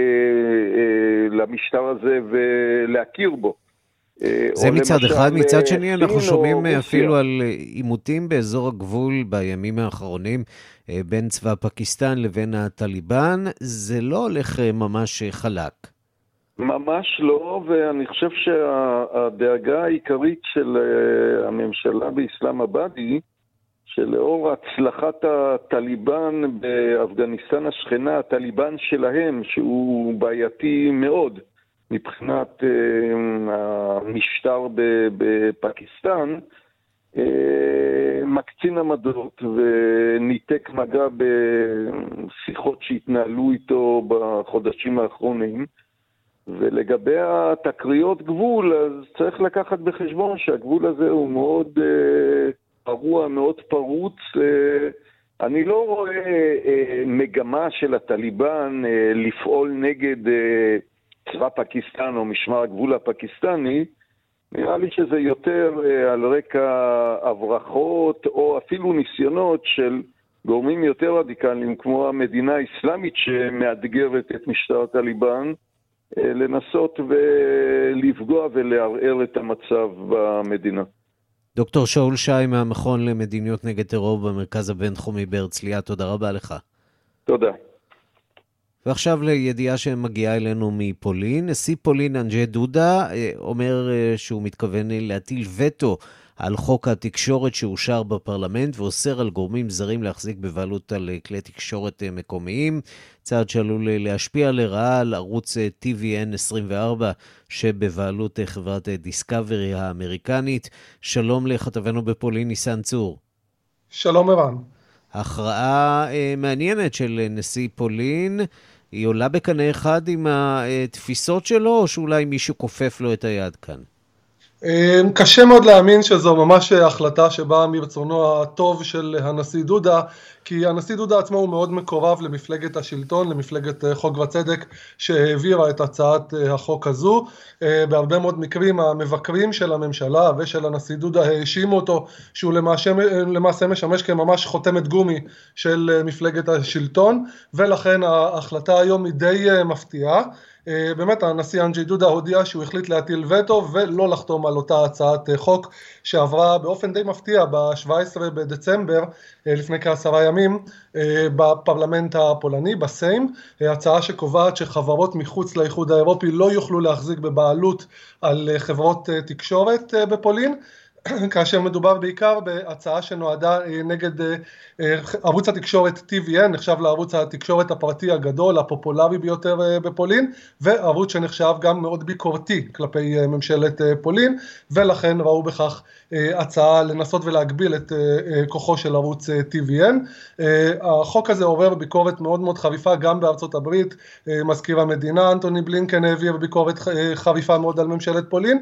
[SPEAKER 16] למשטר הזה ולהכיר בו.
[SPEAKER 1] זה מצד אחד. מצד שני אנחנו שומעים אפילו על עימותים באזור הגבול בימים האחרונים בין צבא פקיסטן לבין הטליבן. זה לא הולך ממש חלק.
[SPEAKER 16] ממש לא, ואני חושב שהדאגה העיקרית של הממשלה באסלאמבאד היא שלאור הצלחת הטליבן באפגניסטן השכנה, הטליבן שלהם, שהוא בעייתי מאוד מבחינת המשטר בפקיסטן, מקצין עמדות וניתק מגע בשיחות שהתנהלו איתו בחודשים האחרונים. ולגבי התקריות גבול, אז צריך לקחת בחשבון שהגבול הזה הוא מאוד פרוע, מאוד פרוץ. אני לא רואה מגמה של הטליבן לפעול נגד צבא פקיסטן או משמר הגבול הפקיסטני. נראה לי שזה יותר על רקע הברחות או אפילו ניסיונות של גורמים יותר רדיקליים כמו המדינה האסלאמית שמאתגרת את משטר הטליבן, לנסות ולפגוע ולערער את המצב במדינה.
[SPEAKER 1] דוקטור שאול שי מהמכון למדיניות נגד טרור במרכז הבינתחומי בהרצליה, תודה רבה לך.
[SPEAKER 16] תודה.
[SPEAKER 1] ועכשיו לידיעה שמגיעה אלינו מפולין. נשיא פולין אנג'י דודה אומר שהוא מתכוון להטיל וטו על חוק התקשורת שאושר בפרלמנט ואוסר על גורמים זרים להחזיק בבעלות על כלי תקשורת מקומיים, צעד שעלול להשפיע לרעה על ערוץ טי וי אן עשרים וארבע שבבעלות חברת דיסקאברי האמריקנית. שלום לכתבנו בפולין ניסן צור.
[SPEAKER 17] שלום ערן.
[SPEAKER 1] הכרעה מעניינת של נשיא פולין, היא עולה בקנה אחד עם התפיסות שלו או שאולי מישהו כופף לו את היד כאן?
[SPEAKER 17] קשה מאוד להאמין שזו ממש החלטה שבאה מרצונו הטוב של הנשיא דודה, כי הנשיא דודה עצמו הוא מאוד מקורב למפלגת השלטון, למפלגת חוק וצדק שהעבירה את הצעת החוק הזו. בהרבה מאוד מקרים המבקרים של הממשלה ושל הנשיא דודה האשימו אותו שהוא למעשה, למעשה משמש כממש חותמת גומי של מפלגת השלטון, ולכן ההחלטה היום היא די מפתיעה. באמת הנשיא אנג'י דודה הודיע שהוא החליט להטיל וטו ולא לחתום על אותה הצעת חוק שעברה באופן די מפתיע ב-שבעה עשר בדצמבר לפני כעשרה ימים בפרלמנט הפולני, בסיים, הצעה שקובעת שחברות מחוץ לאיחוד האירופי לא יוכלו להחזיק בבעלות על חברות תקשורת בפולין, כאשר מדובר בעיקר בהצעה שנועדה נגד ערוץ התקשורת טי וי אן, נחשב לערוץ התקשורת הפרטי הגדול, הפופולרי ביותר בפולין, וערוץ שנחשב גם מאוד ביקורתי כלפי ממשלת פולין, ולכן ראו בכך הצעה לנסות ולהגביל את כוחו של ערוץ טי וי אן. החוק הזה עורר ביקורת מאוד מאוד חריפה גם בארצות הברית, מזכיר המדינה אנטוני בלינקן העביר ביקורת חריפה מאוד על ממשלת פולין,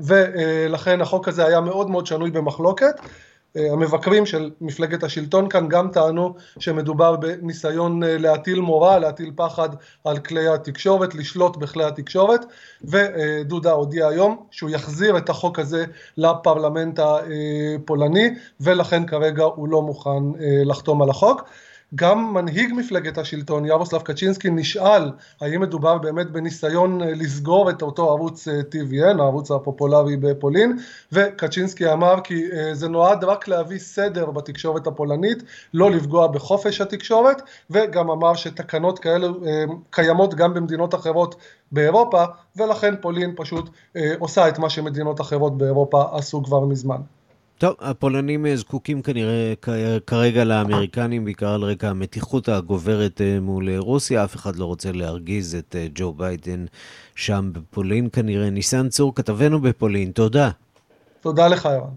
[SPEAKER 17] ולכן החוק הזה היה מאוד מאוד שנוי במחלוקת. המבקרים של מפלגת השלטון כאן גם טענו שמדובר בניסיון להטיל מורא, להטיל פחד על כלי התקשורת, לשלוט בכלי התקשורת, ודודה הודיע היום שהוא יחזיר את החוק הזה לפרלמנט הפולני, ולכן כרגע הוא לא מוכן לחתום על החוק. גם מנהיג מפלגת השלטון, ירוסלב קצ'ינסקי, נשאל האם מדובר באמת בניסיון לסגור את אותו ערוץ טי וי אן, הערוץ הפופולרי בפולין, וקצ'ינסקי אמר כי זה נועד רק להביא סדר בתקשורת הפולנית, לא לפגוע בחופש התקשורת, וגם אמר שתקנות כאלה קיימות גם במדינות אחרות באירופה, ולכן פולין פשוט עושה את מה שמדינות אחרות באירופה עשו כבר מזמן.
[SPEAKER 1] טוב, הפולנים זקוקים כנראה כרגע לאמריקנים, בעיקר על רקע המתיחות הגוברת מול רוסיה. אף אחד לא רוצה להרגיז את ג'ו ביידן שם בפולין כנראה. ניסן צור, כתבנו בפולין, תודה.
[SPEAKER 17] תודה לך, ירן.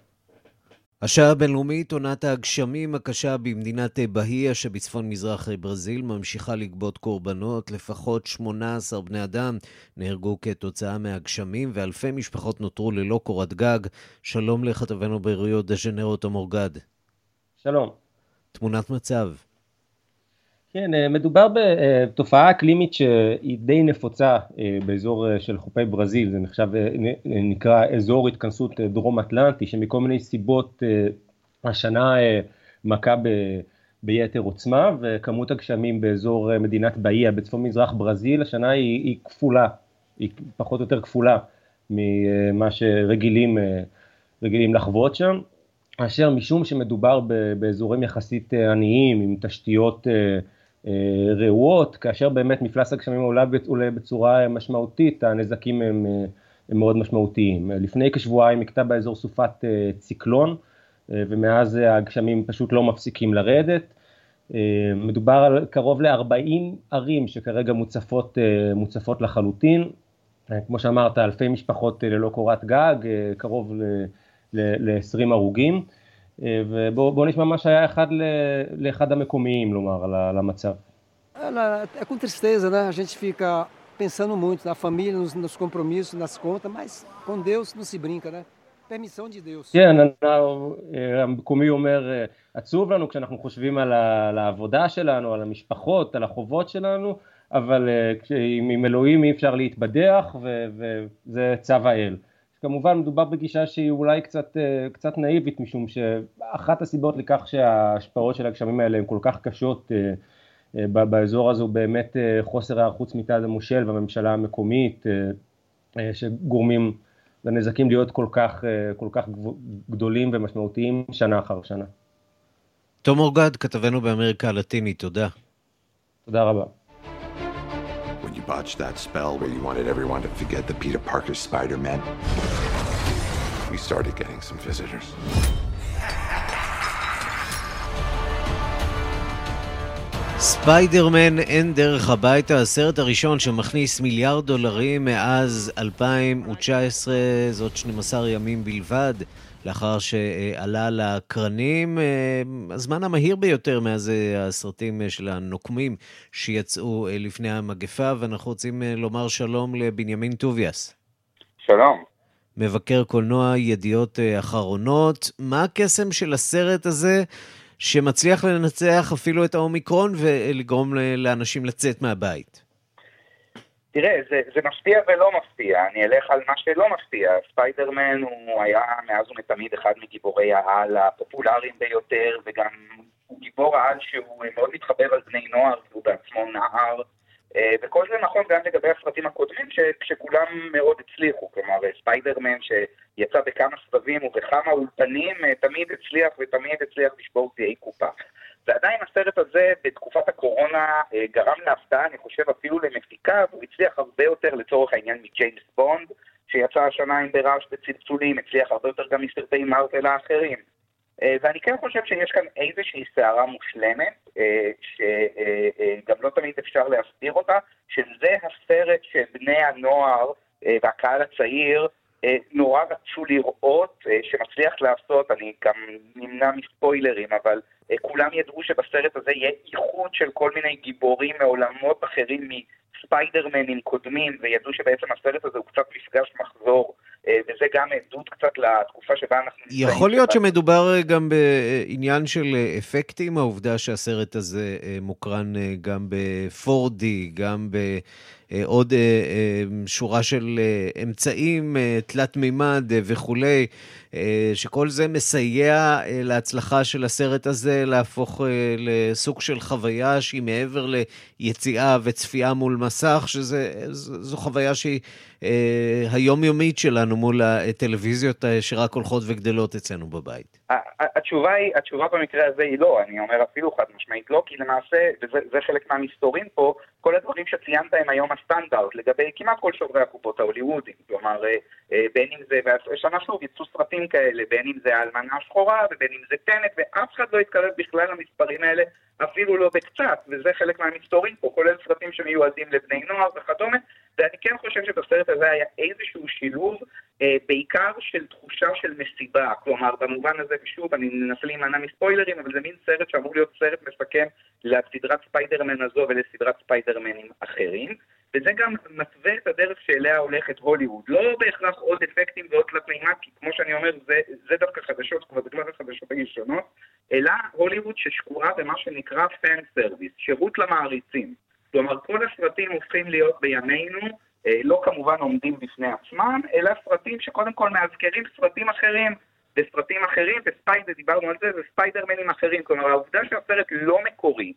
[SPEAKER 1] השעה הבינלאומית, עונת הגשמים הקשה במדינת בהיה שבצפון מזרח ברזיל ממשיכה לגבות קורבנות. לפחות שמונה עשר בני אדם נהרגו כתוצאה מהגשמים ואלפי משפחות נותרו ללא קורת גג. שלום לכתבנו בריו דה ז'נרו תומר גד.
[SPEAKER 18] שלום.
[SPEAKER 1] תמונת מצב.
[SPEAKER 18] כן, מדובר בתופעה אקלימית שהיא די נפוצה באזור של חופי ברזיל. זה נחשב, נקרא אזור התכנסות דרום אטלנטי, שמכל מיני סיבות השנה מכה ב, ביתר עוצמה, וכמות הגשמים באזור מדינת בהיה בצפון מזרח ברזיל השנה היא, היא כפולה, היא פחות או יותר כפולה ממה שרגילים רגילים לחוות שם, אשר משום שמדובר באזורים יחסית עניים עם תשתיות רעועות, כאשר באמת מפלס הגשמים עולה, עולה בצורה משמעותית, הנזקים הם, הם מאוד משמעותיים. לפני כשבועיים הקטע באזור סופת ציקלון, ומאז הגשמים פשוט לא מפסיקים לרדת. מדובר על קרוב ל-ארבעים ערים שכרגע מוצפות, מוצפות לחלוטין. כמו שאמרת, אלפי משפחות ללא קורת גג, קרוב ל-עשרים הרוגים. ובואו נשמע מה שהיה אחד לאחד המקומיים, לומר, על המצב.
[SPEAKER 19] É com tristeza, né? A gente fica pensando muito na família, nos, nos compromissos, nas contas, mas com Deus não se brinca, né? Permissão de Deus.
[SPEAKER 18] כן, המקומי אומר, עצוב לנו כשאנחנו חושבים על העבודה שלנו, על המשפחות, על החובות שלנו, אבל עם אלוהים אי אפשר להתבדח, וזה צו האל. כמובן מדובר בגישה שהיא אולי קצת, קצת נאיבית, משום שאחת הסיבות לכך שההשפעות של הגשמים האלה הן כל כך קשות באזור הזה הוא באמת חוסר היערכות מצד המושל והממשלה המקומית, שגורמים לנזקים להיות כל כך, כל כך גדולים ומשמעותיים שנה אחר שנה.
[SPEAKER 1] תום אורגד, כתבנו באמריקה הלטינית, תודה.
[SPEAKER 18] תודה רבה.
[SPEAKER 6] When you botched that spell where you wanted everyone to forget the Peter Parker Spider-Man, we started getting some visitors.
[SPEAKER 1] ספיידרמן אין דרך הביתה, הסרט הראשון שמכניס מיליארד דולרים מאז אלפיים תשע עשרה, זאת שנים עשר ימים בלבד, לאחר שעלה לקרנים, הזמן המהיר ביותר מאז הסרטים של הנוקמים שיצאו לפני המגפה, ואנחנו רוצים לומר שלום לבנימין טוביאס.
[SPEAKER 20] שלום.
[SPEAKER 1] מבקר קולנוע ידיעות אחרונות, מה הקסם של הסרט הזה שמצליח לנצח אפילו את האומיקרון ולגרום לאנשים לצאת מהבית?
[SPEAKER 20] תראה, זה, זה מפתיע ולא מפתיע. אני אלך על מה שלא מפתיע. ספיידרמן הוא היה מאז ומתמיד אחד מגיבורי העל הפופולריים ביותר, וגם הוא גיבור העל שהוא מאוד מתחבר על בני נוער, והוא בעצמו נער. וכל זה נכון גם לגבי הסרטים הקודמים, שכולם מאוד הצליחו. כלומר, ספיידרמן שיצא בכמה סבבים ובכמה אולפנים, תמיד הצליח ותמיד הצליח לשבור שיאי קופה. ועדיין הסרט הזה בתקופת הקורונה גרם להפתעה, אני חושב אפילו למפיקה, והוא הצליח הרבה יותר לצורך העניין מג'יימס בונד, שיצא השנה עם ברעש בצלצולים, הצליח הרבה יותר גם מסרטי מארוול האחרים. ואני כן חושב שיש כאן איזושהי סערה מושלמת, שגם לא תמיד אפשר להסביר אותה, שזה הסרט שבני הנוער והקהל הצעיר נורא רצו לראות, שמצליח לעשות, אני גם נמנע מספוילרים, אבל כולם ידעו שבסרט הזה יהיה איחוד של כל מיני גיבורים מעולמות אחרים מספיידרמנים קודמים, וידעו שבעצם הסרט הזה הוא קצת מפגש מחזור, וזה גם עדות קצת לתקופה שבה אנחנו...
[SPEAKER 1] יכול להיות שמדובר גם בעניין של אפקטים, העובדה שהסרט הזה מוקרן גם ב-פור די, גם בעוד שורה של אמצעים תלת מימד וכולי, שכל זה מסייע להצלחה של הסרט הזה להפוך לסוג של חוויה שהיא מעבר ליציאה וצפייה מול מסך, שזו חוויה שהיא היומיומית שלנו מול הטלוויזיות שרק הולכות וגדלות אצלנו בבית.
[SPEAKER 20] התשובה היא, התשובה במקרה הזה היא לא, אני אומר אפילו חד משמעית לא, כי למעשה, וזה חלק מהמסתורים פה, כל הדברים שציינת הם היום הסטנדרט, לגבי כמעט כל שוברי הקופות ההוליוודיים, כלומר, בין אם זה, והשנה שוב יצאו סרטים כאלה, בין אם זה האלמנה השחורה, ובין אם זה טנט, ואף אחד לא יתקרב בכלל למספרים האלה, אפילו לא בקצת, וזה חלק מהמסתורים פה, כולל סרטים שמיועדים לבני נוער וכדומה, ואני כן חושב שבסרט הזה היה איזשהו שילוב, אה, בעיקר של תחושה של מסיבה, כלומר במובן הזה, ושוב אני מנסה להימנע מספוילרים, אבל זה מין סרט שאמור להיות סרט מסכם לסדרת ספיידרמן הזו ולסדרת ספיידרמנים אחרים, וזה גם מתווה את הדרך שאליה הולכת הוליווד, לא בהכרח עוד אפקטים ועוד תלת מימד, כי כמו שאני אומר, זה, זה דווקא חדשות, כבר זה כבר חדשות הישנות, אלא הוליווד ששקורה במה שנקרא פן סרוויס, שירות למעריצים. כלומר, כל הסרטים הופכים להיות בימינו, לא כמובן עומדים בפני עצמם, אלא סרטים שקודם כל מאזכרים סרטים אחרים, וסרטים אחרים, וספיידר, דיברנו על זה, וספיידרמנים אחרים. כלומר, העובדה שהסרט לא מקורי,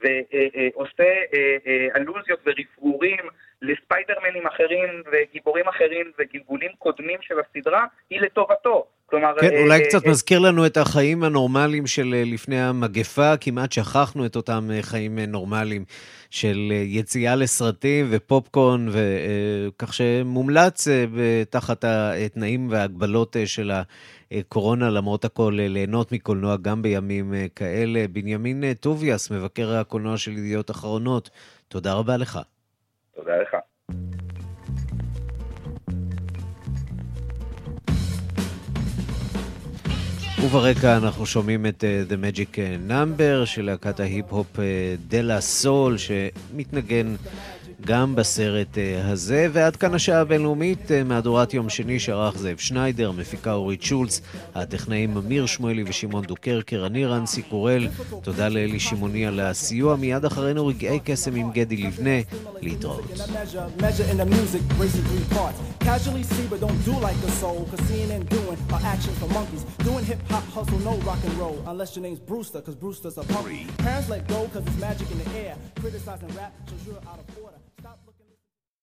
[SPEAKER 20] ועושה אלוזיות ורפרורים לספיידרמנים אחרים, וגיבורים אחרים, וגלגולים קודמים של הסדרה, היא לטובתו. כלומר,
[SPEAKER 1] כן,
[SPEAKER 20] אה,
[SPEAKER 1] אולי
[SPEAKER 20] אה,
[SPEAKER 1] קצת
[SPEAKER 20] אה,
[SPEAKER 1] מזכיר לנו את החיים הנורמליים של לפני המגפה, כמעט שכחנו את אותם חיים נורמליים של יציאה לסרטים ופופקורן, וכך שמומלץ תחת התנאים וההגבלות של הקורונה, למרות הכל, ליהנות מקולנוע גם בימים כאלה. בנימין טוביאס, מבקר הקולנוע של ידיעות אחרונות, תודה רבה לך.
[SPEAKER 20] תודה לך.
[SPEAKER 1] וברקע אנחנו שומעים את uh, The Magic Number של להקת ההיפ-הופ דלה סול, שמתנגן גם בסרט uh, הזה. ועד כאן השעה הבינלאומית, uh, מהדורת יום שני שערך זאב שניידר, מפיקה אורית שולץ, הטכנאים אמיר שמואלי ושמעון דוקרקר, אני רנסי קורל, תודה לאלי שמעוני על הסיוע. מיד אחרינו רגעי קסם עם גדי לבנה, להתראות.
[SPEAKER 21] Casually see but don't do like a soul, cause seeing and doing are actions for monkeys. Doing hip hop, hustle, no rock and roll, unless your name's Brewster, cause Brewster's a punk. Parents let go cause it's magic in the air. Criticizing rap shows you're out of order.